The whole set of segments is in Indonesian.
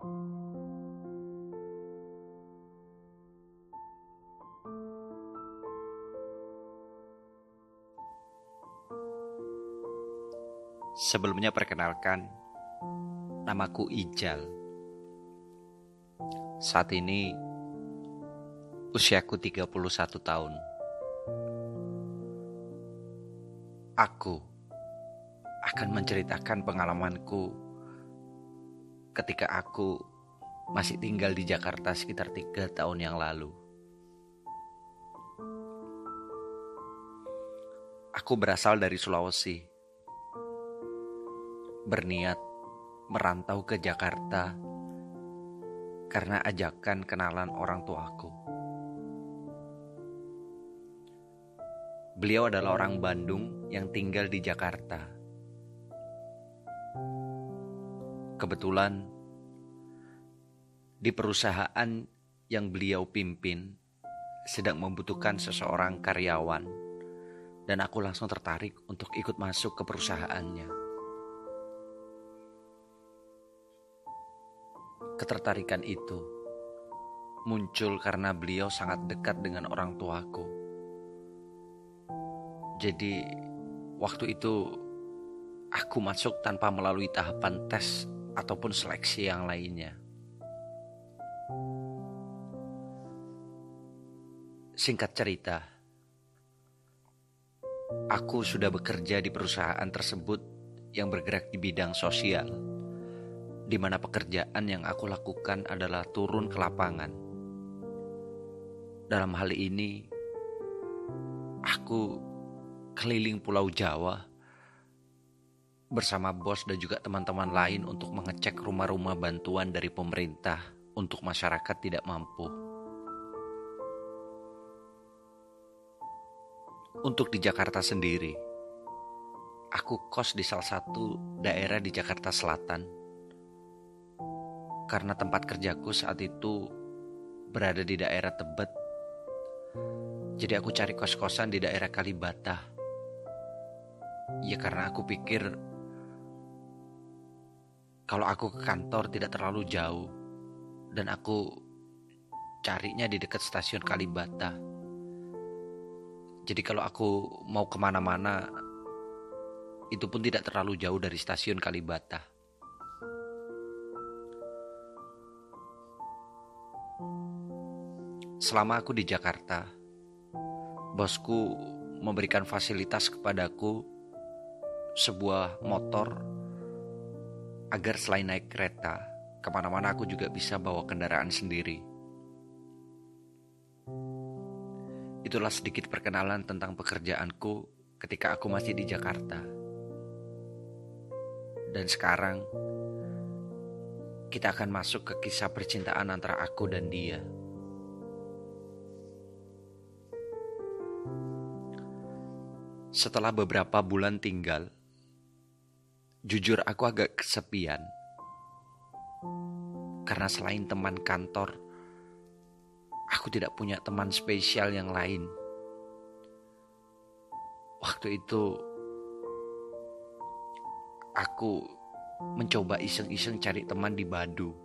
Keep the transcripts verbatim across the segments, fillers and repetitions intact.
Sebelumnya perkenalkan, namaku Ijal. Saat ini usiaku tiga puluh satu tahun. Aku akan menceritakan pengalamanku ketika aku masih tinggal di Jakarta sekitar tiga tahun yang lalu. Aku berasal dari Sulawesi. Berniat merantau ke Jakarta karena ajakan kenalan orang tuaku. Beliau adalah orang Bandung yang tinggal di Jakarta. Kebetulan di perusahaan yang beliau pimpin sedang membutuhkan seseorang karyawan, dan aku langsung tertarik untuk ikut masuk ke perusahaannya. Ketertarikan itu muncul karena beliau sangat dekat dengan orang tuaku. Jadi waktu itu aku masuk tanpa melalui tahapan tes ataupun seleksi yang lainnya. Singkat cerita, aku sudah bekerja di perusahaan tersebut yang bergerak di bidang sosial, di mana pekerjaan yang aku lakukan adalah turun ke lapangan. Dalam hal ini, aku keliling Pulau Jawa bersama bos dan juga teman-teman lain untuk mengecek rumah-rumah bantuan dari pemerintah untuk masyarakat tidak mampu. Untuk di Jakarta sendiri, aku kos di salah satu daerah di Jakarta Selatan. Karena tempat kerjaku saat itu berada di daerah Tebet, jadi aku cari kos-kosan di daerah Kalibata. Ya karena aku pikir kalau aku ke kantor tidak terlalu jauh, dan aku carinya di dekat stasiun Kalibata. Jadi kalau aku mau kemana-mana, itu pun tidak terlalu jauh dari stasiun Kalibata. Selama aku di Jakarta, bosku memberikan fasilitas kepadaku sebuah motor agar selain naik kereta, kemana-mana aku juga bisa bawa kendaraan sendiri. Itulah sedikit perkenalan tentang pekerjaanku ketika aku masih di Jakarta. Dan sekarang, kita akan masuk ke kisah percintaan antara aku dan dia. Setelah beberapa bulan tinggal, jujur aku agak kesepian. Karena selain teman kantor, aku tidak punya teman spesial yang lain. Waktu itu, aku mencoba iseng-iseng cari teman di Badu,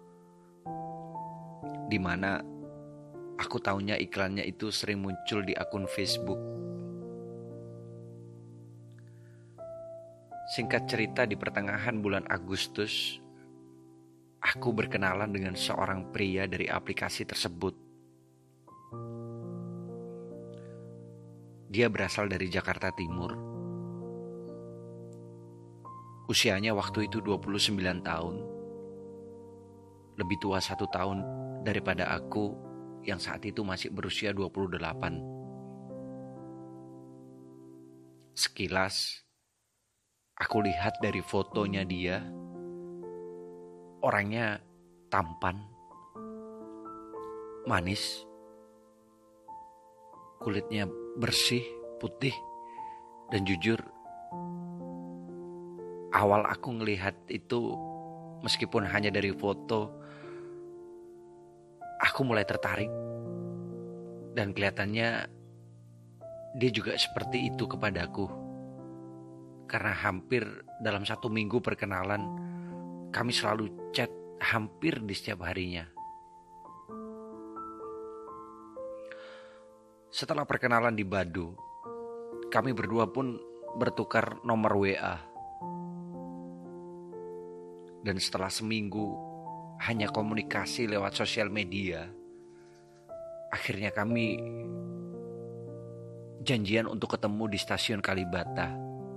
di mana aku taunya iklannya itu sering muncul di akun Facebook. Singkat cerita, di pertengahan bulan Agustus, aku berkenalan dengan seorang pria dari aplikasi tersebut. Dia berasal dari Jakarta Timur. Usianya waktu itu dua puluh sembilan tahun. Lebih tua satu tahun daripada aku yang saat itu masih berusia dua puluh delapan. Sekilas, aku lihat dari fotonya dia, orangnya tampan, manis, kulitnya bersih, putih, dan jujur, awal aku ngelihat itu, meskipun hanya dari foto, aku mulai tertarik, dan kelihatannya dia juga seperti itu kepadaku. Karena hampir dalam satu minggu perkenalan, kami selalu chat hampir di setiap harinya. Setelah perkenalan di Bado, kami berdua pun bertukar nomor W A. Dan setelah seminggu hanya komunikasi lewat sosial media, akhirnya kami janjian untuk ketemu di stasiun Kalibata.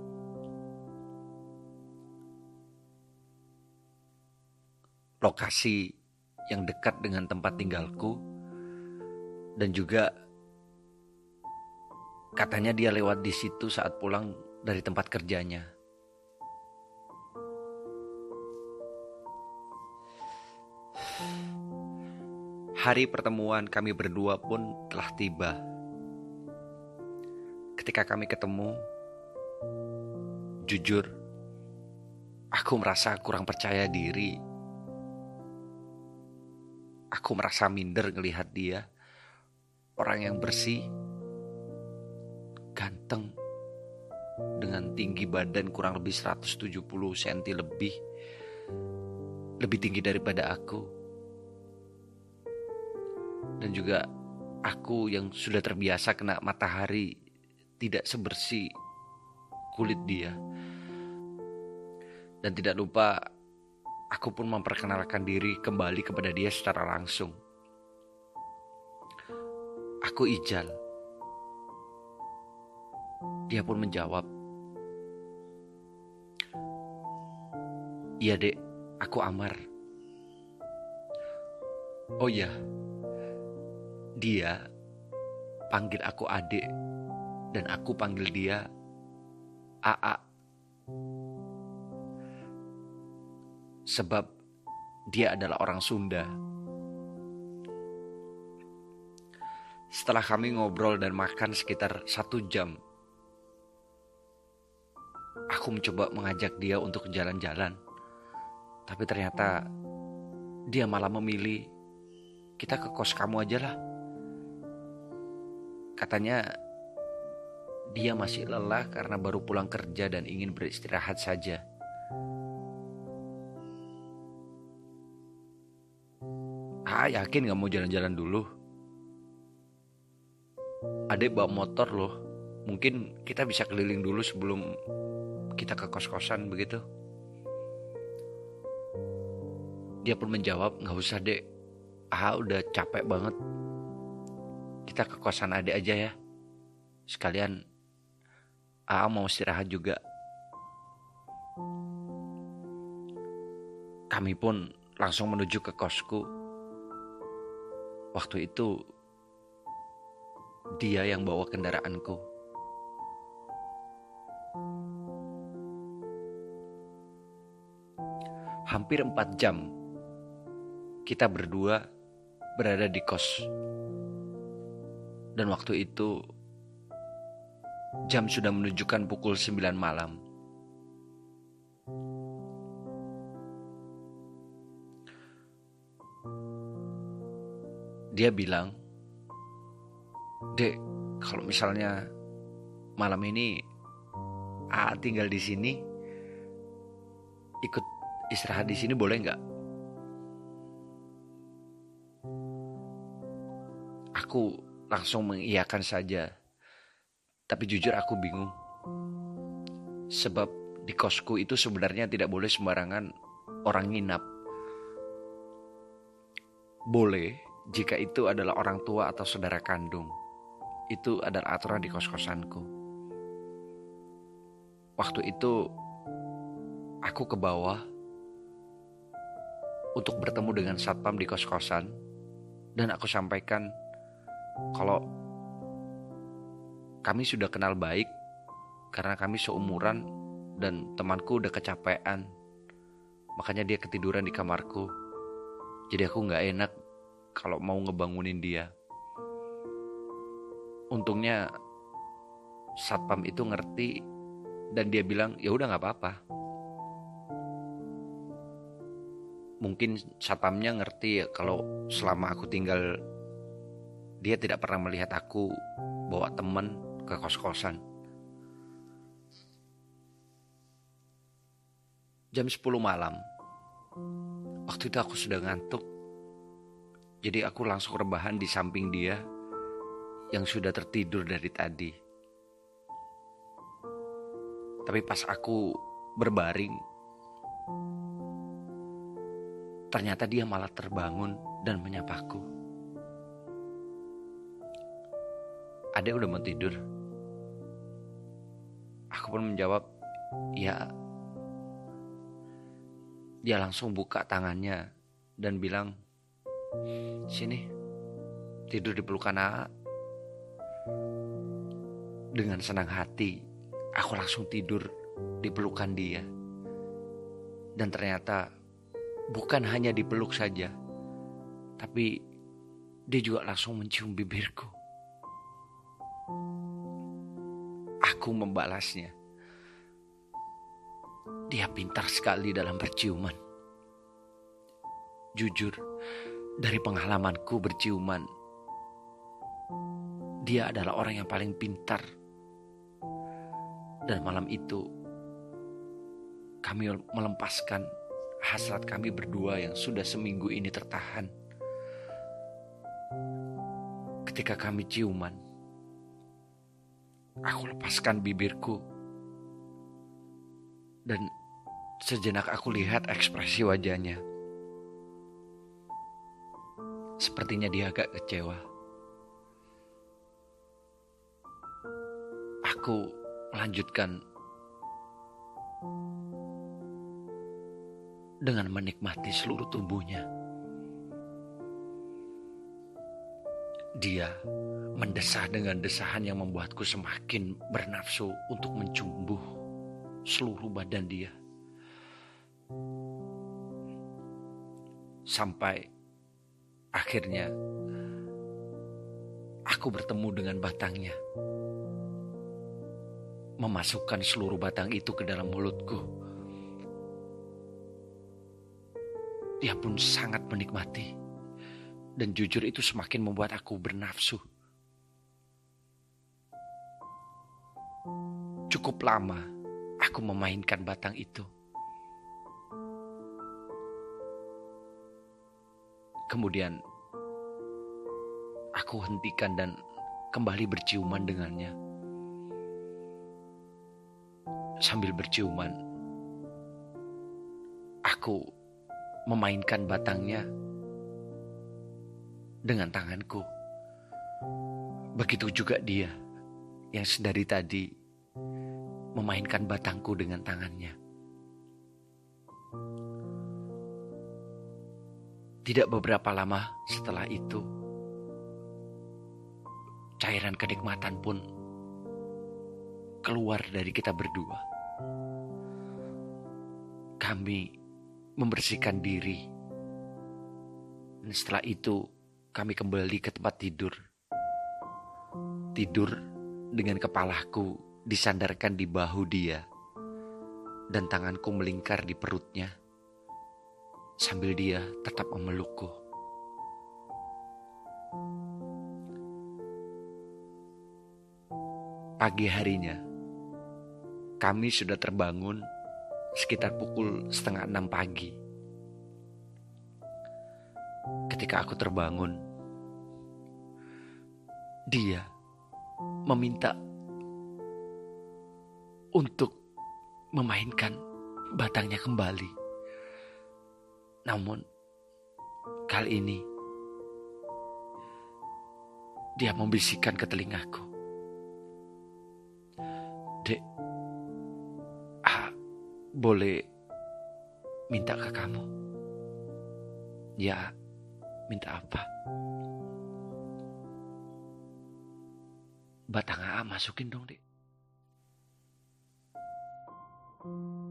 Lokasi yang dekat dengan tempat tinggalku, dan juga katanya dia lewat di situ saat pulang dari tempat kerjanya. Hari pertemuan kami berdua pun telah tiba. Ketika kami ketemu, jujur, aku merasa kurang percaya diri. Aku merasa minder ngelihat dia, orang yang bersih, ganteng, dengan tinggi badan kurang lebih seratus tujuh puluh sentimeter lebih, lebih tinggi daripada aku. Dan juga aku yang sudah terbiasa kena matahari tidak sebersih kulit dia. Dan tidak lupa aku pun memperkenalkan diri kembali kepada dia secara langsung. Aku Ijal. Dia pun menjawab, "Iya dek, aku Amar." Oh iya, dia panggil aku adek dan aku panggil dia A A. Sebab dia adalah orang Sunda. Setelah kami ngobrol dan makan sekitar satu jam, aku mencoba mengajak dia untuk jalan-jalan. Tapi ternyata dia malah memilih, "Kita ke kos kamu aja lah." Katanya dia masih lelah karena baru pulang kerja dan ingin beristirahat saja. Ah, yakin gak mau jalan-jalan dulu? Adek bawa motor loh. Mungkin kita bisa keliling dulu sebelum kita ke kos-kosan begitu. Dia pun menjawab, "Gak usah dek. Ah, udah capek banget. Kita ke kosan adek aja ya. Sekalian A A mau istirahat juga." Kami pun langsung menuju ke kosku. Waktu itu dia yang bawa kendaraanku. Hampir empat jam kita berdua berada di kos. Dan waktu itu jam sudah menunjukkan pukul sembilan malam. Dia bilang, "Dek, kalau misalnya malam ini A A tinggal di sini, ikut istirahat di sini boleh nggak?" Aku langsung mengiyakan saja. Tapi jujur aku bingung. Sebab di kosku itu sebenarnya tidak boleh sembarangan orang nginap. Boleh jika itu adalah orang tua atau saudara kandung. Itu adalah aturan di kos-kosanku. Waktu itu aku ke bawah untuk bertemu dengan satpam di kos-kosan. Dan aku sampaikan kalau kami sudah kenal baik karena kami seumuran dan temanku udah kecapean. Makanya dia ketiduran di kamarku. Jadi aku gak enak kalau mau ngebangunin dia. Untungnya satpam itu ngerti dan dia bilang, "Ya udah nggak apa-apa." Mungkin satpamnya ngerti ya kalau selama aku tinggal dia tidak pernah melihat aku bawa teman ke kos-kosan. Jam sepuluh malam, waktu Waktu itu aku sudah ngantuk. Jadi aku langsung rebahan di samping dia yang sudah tertidur dari tadi. Tapi pas aku berbaring, ternyata dia malah terbangun dan menyapaku. "Adek udah mau tidur?" Aku pun menjawab, "Ya." Dia langsung buka tangannya dan bilang, "Sini, tidur di pelukan A." Dengan senang hati, aku langsung tidur di pelukan dia. Dan ternyata bukan hanya dipeluk saja, tapi dia juga langsung mencium bibirku. Aku membalasnya. Dia pintar sekali dalam berciuman. Jujur, dari pengalamanku berciuman, dia adalah orang yang paling pintar. Dan malam itu, kami melepaskan hasrat kami berdua yang sudah seminggu ini tertahan. Ketika kami ciuman, aku lepaskan bibirku. Dan sejenak aku lihat ekspresi wajahnya. Sepertinya dia agak kecewa. Aku melanjutkan dengan menikmati seluruh tubuhnya. Dia mendesah dengan desahan yang membuatku semakin bernafsu untuk mencumbuh seluruh badan dia. Sampai akhirnya aku bertemu dengan batangnya. Memasukkan seluruh batang itu ke dalam mulutku. Dia pun sangat menikmati. Dan jujur itu semakin membuat aku bernafsu. Cukup lama aku memainkan batang itu. Kemudian aku hentikan dan kembali berciuman dengannya. Sambil berciuman, aku memainkan batangnya dengan tanganku. Begitu juga dia yang sedari tadi memainkan batangku dengan tangannya. Tidak beberapa lama setelah itu, cairan kenikmatan pun keluar dari kita berdua. Kami membersihkan diri. Dan setelah itu kami kembali ke tempat tidur. Tidur dengan kepalaku disandarkan di bahu dia. Dan tanganku melingkar di perutnya. Sambil dia tetap memelukku. Pagi harinya, kami sudah terbangun sekitar pukul setengah enam pagi. Ketika aku terbangun, dia meminta untuk memainkan batangnya kembali. Namun, kali ini dia membisikkan ke telingaku, "Dek, ah, boleh minta ke kamu?" "Ya, minta apa?" "Batang A A masukin dong, Dek."